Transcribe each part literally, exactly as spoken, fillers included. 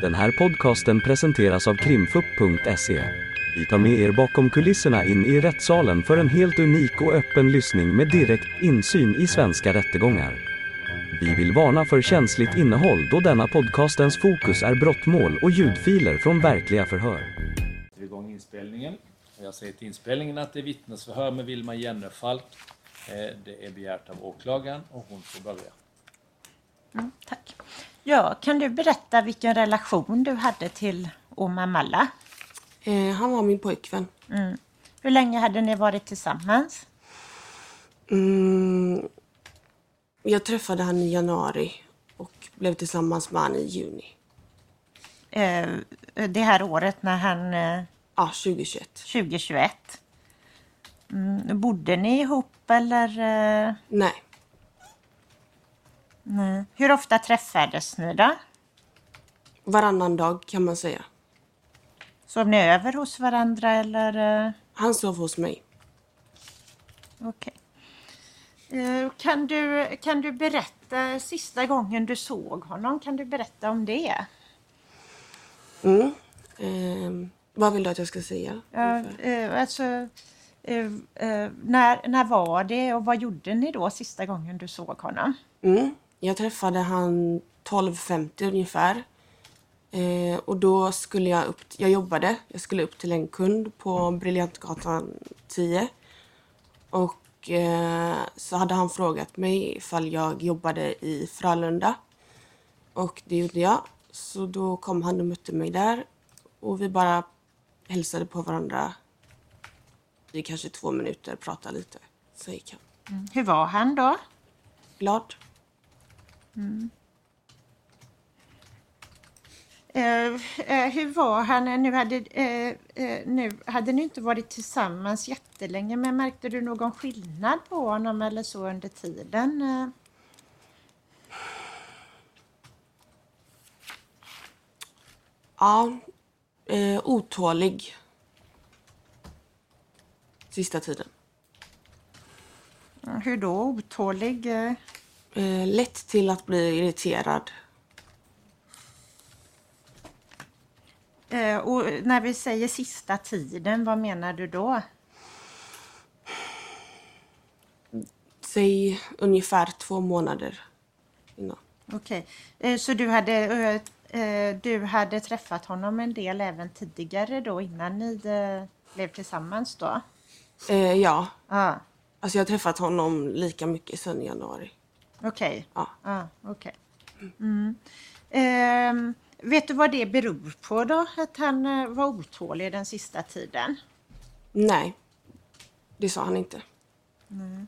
Den här podcasten presenteras av krimfupp punkt se. Vi tar med er bakom kulisserna in i rättssalen för en helt unik och öppen lyssning med direkt insyn i svenska rättegångar. Vi vill varna för känsligt innehåll då denna podcastens fokus är brottmål och ljudfiler från verkliga förhör. Vi igång inspelningen. Jag säger till inspelningen att det är vittnesförhör med Vilma Jennefalk. Det är begärt av åklagaren och hon får börja. Mm, tack. Ja, kan du berätta vilken relation du hade till Omar Malla? Eh, han var min pojkvän. Mm. Hur länge hade ni varit tillsammans? Mm, jag träffade han i januari och blev tillsammans med han i juni. Eh, det här året när han... Eh, ja, tjugohundratjugoett. tjugohundratjugoett. Mm, bodde ni ihop eller? Eh... Nej. Nej. Hur ofta träffades ni då? Varannan dag kan man säga. Sov ni över hos varandra eller? Eh... Han sov hos mig. Okej. Eh, kan du, kan du berätta sista gången du såg honom? Kan du berätta om det? Mm. Eh, vad vill du att jag ska säga? Ja, eh, alltså, eh, eh, när, när var det och vad gjorde ni då sista gången du såg honom? Mm. Jag träffade han tolv femtio ungefär. Eh, och då skulle jag upp, jag jobbade, jag skulle upp till en kund på Briljantgatan tio. Och eh, så hade han frågat mig ifall jag jobbade i Frölunda. Och det gjorde jag. Så då kom han och mötte mig där. Och vi bara hälsade på varandra i kanske två minuter, pratade lite. Så gick han. Mm. Hur var han då? Glad. Mm. Uh, uh, hur var han? Nu hade, uh, uh, nu hade ni inte varit tillsammans jättelänge, men märkte du någon skillnad på honom eller så under tiden? Uh? Ja, uh, otålig. Sista tiden. Uh, hur då otålig? Uh? Uh, lätt till att bli irriterad. Uh, och när vi säger sista tiden, vad menar du då? Säg ungefär två månader innan. Okej, okay. uh, så du hade, uh, uh, du hade träffat honom en del även tidigare då, innan ni uh, blev tillsammans då? Uh, ja, uh. alltså jag har träffat honom lika mycket sedan i januari. Okej, okay. Ja. uh, okej. Okay. Mm. Uh, Vet du vad det beror på då? Att han var otålig den sista tiden? Nej, det sa han inte. Mm.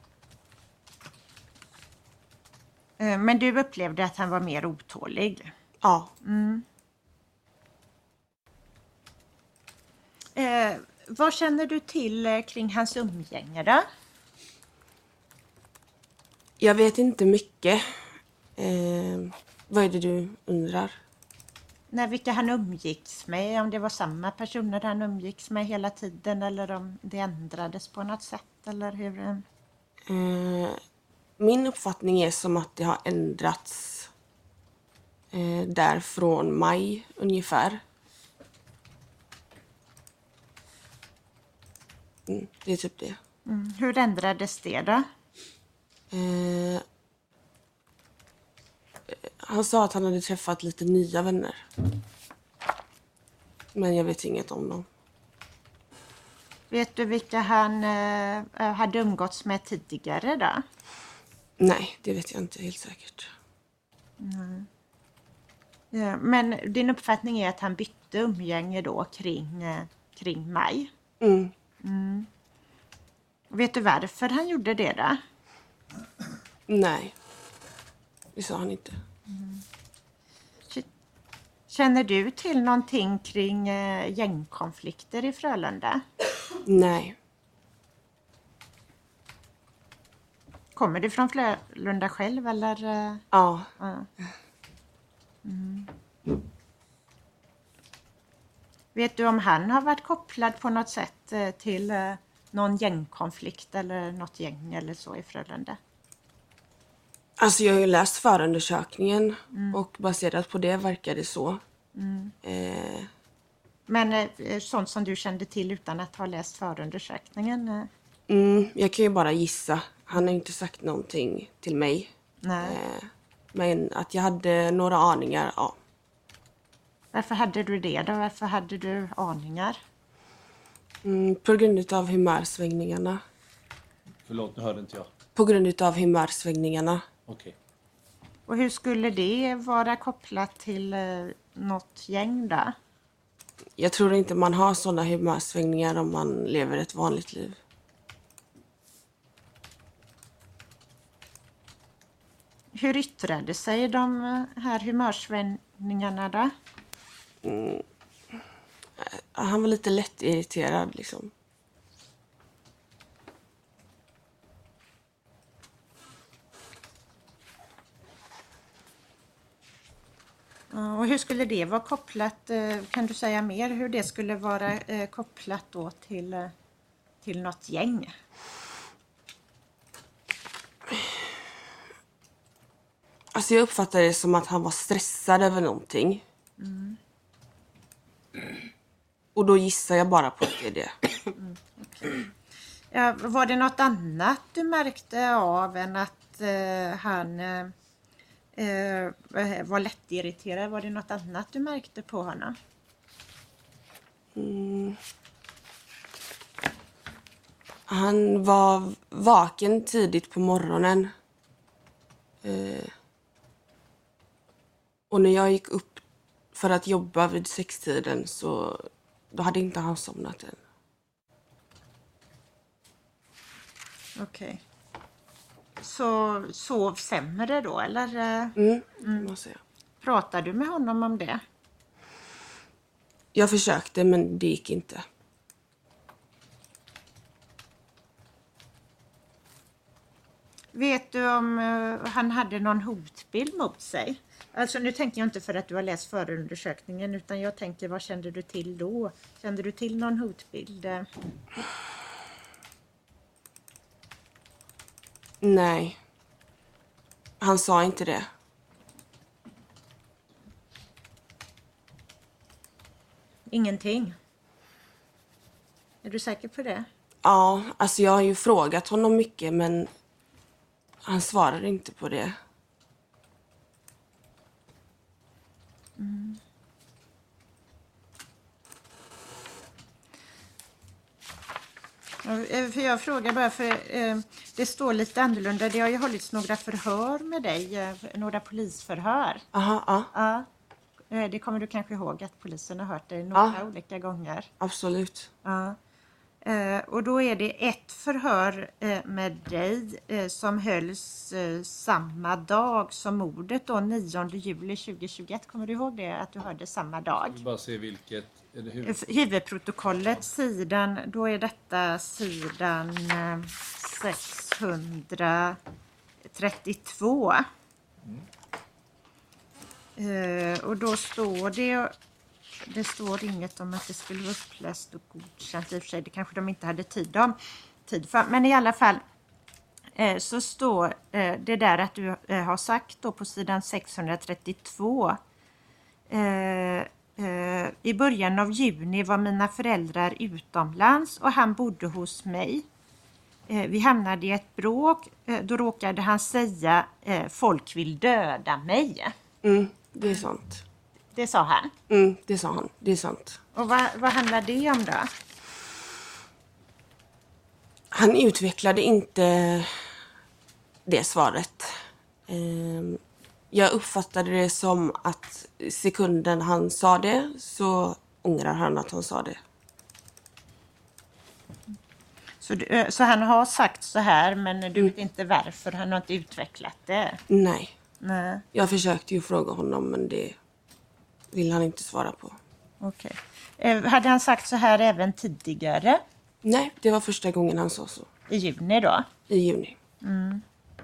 Men du upplevde att han var mer otålig? Ja. Mm. Eh, vad känner du till kring hans umgänge då? Jag vet inte mycket. Eh, vad är det du undrar? När vilka han umgicks med, om det var samma personer han umgicks med hela tiden eller om det ändrades på något sätt eller hur? Eh, min uppfattning är som att det har ändrats eh, där från maj ungefär. Mm, det är typ det. Mm. Hur ändrades det då? Eh, Han sa att han hade träffat lite nya vänner. Men jag vet inget om dem. Vet du vilka han eh, hade umgåtts med tidigare då? Nej, det vet jag inte helt säkert. Mm. Ja, men din uppfattning är att han bytte umgänge då kring, eh, kring maj? Mm. Mm. Vet du varför han gjorde det då? Nej, det sa han inte. Mm. Känner du till någonting kring eh, gängkonflikter i Frölunda? Nej. Kommer du från Frölunda själv eller? Eh? Ja. Ja. Mm. Vet du om han har varit kopplad på något sätt eh, till eh, någon gängkonflikt eller något gäng eller så i Frölunda? Alltså jag har ju läst förundersökningen mm. och baserat på det verkar det så. Mm. Eh, Men eh, sånt som du kände till utan att ha läst förundersökningen? Eh. mm, jag kan ju bara gissa. Han har inte sagt någonting till mig. Nej. Eh, men att jag hade några aningar, ja. Varför hade du det då? Varför hade du aningar? Mm, på grund av humörsvängningarna. Förlåt, nu hörde inte jag. På grund av humörsvängningarna. Okej. Och hur skulle det vara kopplat till eh, något gäng då? Jag tror inte man har sådana humörsvängningar om man lever ett vanligt liv. Hur yttrade sig de här humörsvängningarna då? Mm. Han var lite lätt irriterad liksom. Ja, och hur skulle det vara kopplat? eh, Kan du säga mer hur det skulle vara eh, kopplat då till, eh, till något gäng? Alltså jag uppfattade det som att han var stressad över någonting. Mm. Och då gissar jag bara på att det är det. Mm, okay. Ja, var det något annat du märkte av än att eh, han eh, eh, var lättirriterad? Var det något annat du märkte på honom? Mm. Han var vaken tidigt på morgonen. Eh. Och när jag gick upp för att jobba vid sextiden så då hade inte han somnat än. Okej. Okay. Så sov sämre då, eller? Mm, mm. Måste jag. Pratade du med honom om det? Jag försökte, men det gick inte. Vet du om uh, han hade någon hotbild mot sig? Alltså nu tänker jag inte för att du har läst förundersökningen, utan jag tänker, vad kände du till då? Kände du till någon hotbild? Nej. Han sa inte det. Ingenting? Är du säker på det? Ja, alltså jag har ju frågat honom mycket, men han svarar inte på det. Mm. För jag frågar bara, för eh, det står lite annorlunda. Det har ju hållits några förhör med dig, eh, några polisförhör. Aha, ja. Ja. Eh, det kommer du kanske ihåg att polisen har hört dig några Ja. olika gånger. Absolut. Ja. Eh, och då är det ett förhör eh, med dig eh, som hölls eh, samma dag som mordet då, nionde juli tjugohundratjugoett. Kommer du ihåg det, att du hörde samma dag? Jag vill bara se vilket. Är det huvud... Huvudprotokollet, sidan, då är detta sidan eh, sexhundratrettiotvå. Mm. Eh, och då står det, det står inget om att det skulle vara uppläst och godkänt i och för sig. Det kanske de inte hade tid, om, tid för. Men i alla fall eh, så står eh, det där att du eh, har sagt då på sidan sexhundratrettiotvå. Eh, eh, I början av juni var mina föräldrar utomlands och han bodde hos mig. Eh, vi hamnade i ett bråk. Eh, då råkade han säga eh, folk vill döda mig. Mm, det är sant. Det sa han. Mm, det sa han. Det är sant. Och vad, vad handlar det om då? Han utvecklade inte det svaret. Ehm, jag uppfattade det som att sekunden han sa det så ångrar han att han sa det. Så, du, så han har sagt så här, men du vet inte varför, han har inte utvecklat det? Nej. Nej. Jag försökte ju fråga honom, men det vill han inte svara på. Okej. Eh, hade han sagt så här även tidigare? Nej, det var första gången han sa så. I juni då? I juni. Mm.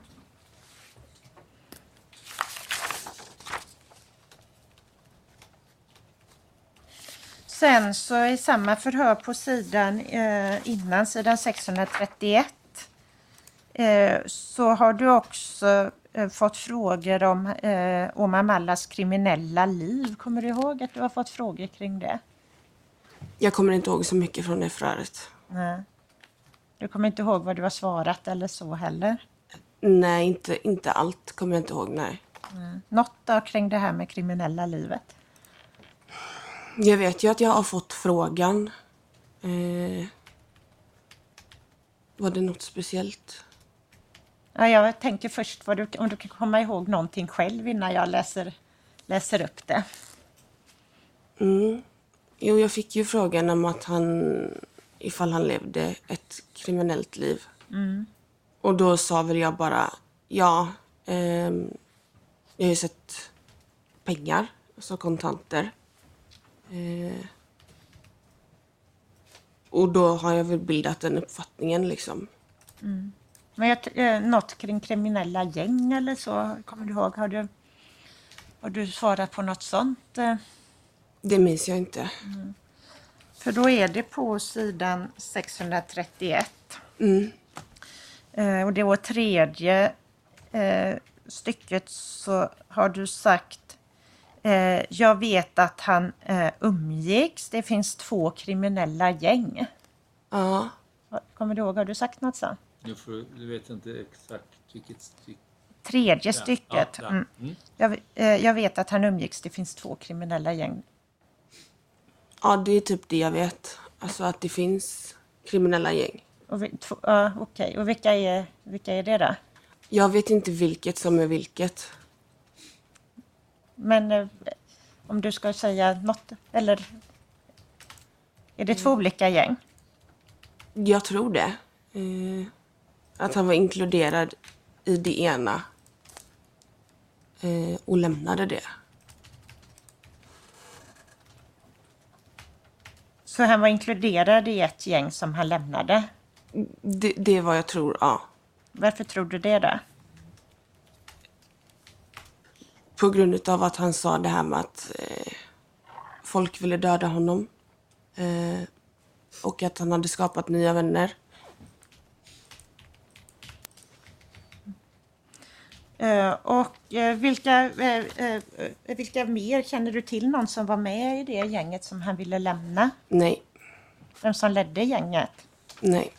Sen så i samma förhör på sidan eh, innan, sidan sexhundratrettioett, eh, så har du också eh, fått frågor om eh, Omar Mallas kriminella liv. Kommer du ihåg att du har fått frågor kring det? Jag kommer inte ihåg så mycket från det förhöret. Nej. Du kommer inte ihåg vad du har svarat eller så heller? Nej, inte, inte allt kommer jag inte ihåg, nej. Mm. Något då kring det här med kriminella livet? Jag vet ju att jag har fått frågan. Eh, var det något speciellt? Ja, jag tänker först vad du, om du kan komma ihåg någonting själv innan jag läser, läser upp det. Mm. Jo, jag fick ju frågan om att han, ifall han levde ett kriminellt liv. Mm. Och då sa väl jag bara, ja, ehm, jag har ju sett pengar, alltså kontanter. Eh, och då har jag väl bildat den uppfattningen liksom. Mm. Men jag, eh, något kring kriminella gäng eller så, kommer du ihåg? Har du, har du svarat på något sånt? Eh? Det minns jag inte. Mm. För då är det på sidan sexhundratrettioett. Mm. Eh, och det var tredje eh, stycket så har du sagt eh, jag vet att han eh, umgicks. Det finns två kriminella gäng. Ja. Kommer du ihåg, har du sagt något så? Du, får, du vet inte exakt vilket stycke. Tredje Ja, stycket. ja, Mm. mm. Jag, eh, jag vet att han umgicks. Det finns två kriminella gäng. Ja, det är typ det jag vet. Alltså att det finns kriminella gäng. Och, vi- två, ja, okej. Och vilka är, vilka är det då? Jag vet inte vilket som är vilket. Men eh, om du ska säga något, eller är det två olika gäng? Jag tror det. Eh, att han var inkluderad i det ena. Eh, och lämnade det. Så han var inkluderad i ett gäng som han lämnade. det. Det är vad jag tror, ja. Varför tror du det då? På grund av att han sa det här med att eh, folk ville döda honom. Eh, och att han hade skapat nya vänner. Eh, och eh, vilka, eh, eh, vilka mer känner du till någon som var med i det gänget som han ville lämna? Nej, Vem som ledde gänget? nej.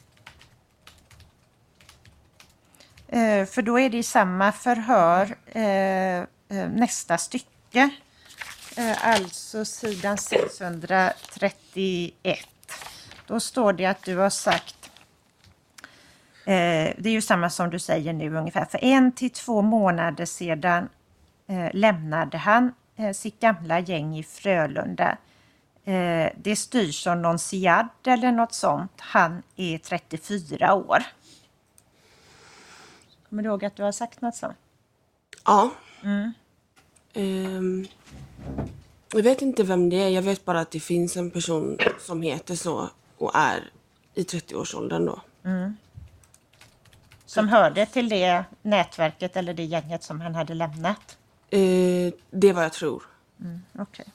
Eh, för då är det i samma förhör eh, eh, nästa stycke. Eh, alltså sidan sexhundratrettioett. Då står det att du har sagt, eh, det är ju samma som du säger nu ungefär, för en till två månader sedan eh, lämnade han eh, sitt gamla gäng i Frölunda. Eh, det styrs av någon Siad eller något sånt. Han är trettiofyra år. Kommer du ihåg att du har sagt något sånt? Ja. Mm. Ehm, jag vet inte vem det är. Jag vet bara att det finns en person som heter så och är i trettioårsåldern då. Mm. Som hörde till det nätverket eller det gänget som han hade lämnat? Eh, det är vad jag tror. Mm, okej.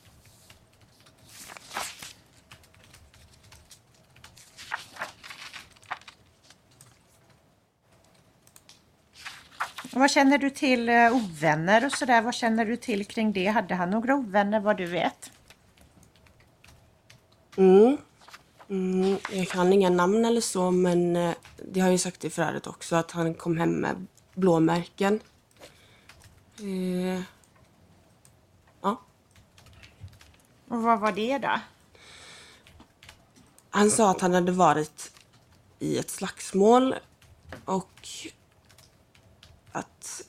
Vad känner du till eh, ovänner och sådär? Vad känner du till kring det? Hade han några ovänner vad du vet? Mm. Mm, jag kan inga namn eller så, men eh, det har jag ju sagt i förhöret också att han kom hem med blåmärken. Eh, ja. Och vad var det då? Han sa att han hade varit i ett slagsmål och att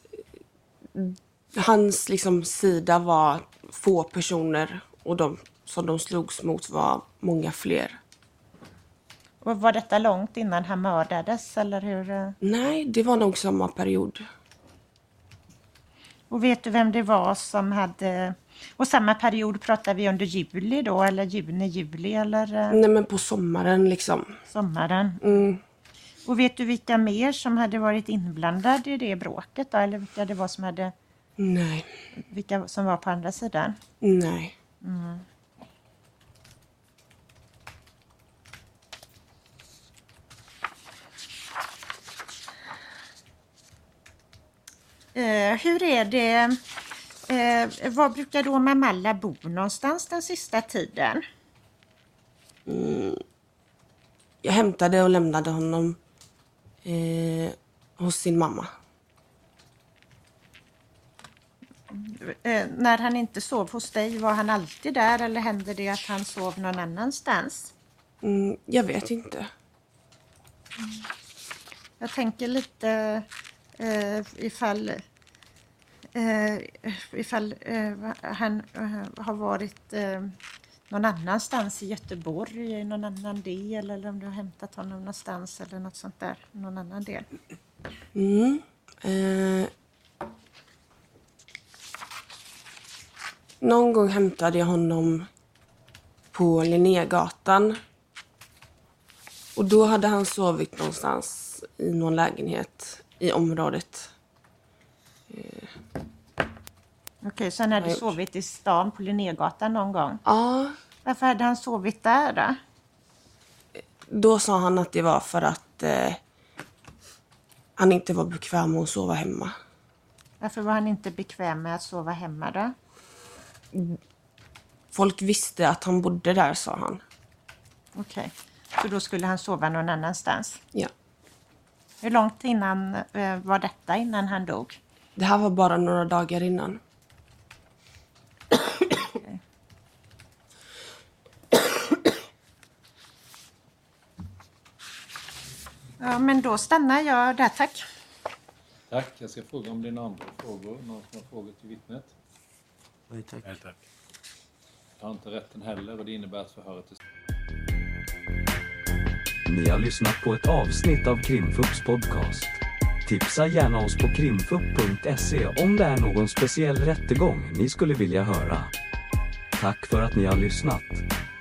hans liksom sida var få personer och de som de slogs mot var många fler. Och var detta långt innan han mördades eller hur? eh? Nej, det var nog samma period. Och vet du vem det var som hade... Och samma period pratar vi under juli då, eller juni, juli eller eh, Nej, men på sommaren liksom. sommaren. Mm. Och vet du vilka mer som hade varit inblandade i det bråket då? Eller vilka det var som hade... Nej, Vilka som var på andra sidan? nej. Mm. hur är det, eh, var brukar då Mamalla bo någonstans den sista tiden? Mm. Jag hämtade och lämnade honom eh, hos sin mamma. Eh, när han inte sov hos dig, var han alltid där eller hände det att han sov någon annanstans? Mm, jag vet inte. Mm. Jag tänker lite eh, ifall, eh, ifall eh, han eh, har varit eh, någon annanstans i Göteborg, i någon annan del, eller om du har hämtat honom någonstans eller något sånt där, någon annan del. Mm. Eh. Någon gång hämtade jag honom på Linnégatan. Och då hade han sovit någonstans i någon lägenhet i området. Eh. Okej, okay, så han hade jag sovit gjort. i stan på Linnégatan någon gång? Ja. Varför hade han sovit där då? Då sa han att det var för att eh, han inte var bekväm med att sova hemma. Varför var han inte bekväm med att sova hemma då? Folk visste att han bodde där, sa han. Okej, okay. Så då skulle han sova någon annanstans? Ja. Hur långt innan eh, var detta innan han dog? Det här var bara några dagar innan. Okay. Ja, men då stannar jag där, tack. Tack, jag ska fråga om det är några andra frågor. Någon som har frågor till vittnet? Nej, tack. Nej, tack. Jag har inte rätten heller och det innebär att förhöret är... Ni har lyssnat på ett avsnitt av Krimfupps podcast. Tipsa gärna oss på krimfupp punkt se om det är någon speciell rättegång ni skulle vilja höra. Tack för att ni har lyssnat.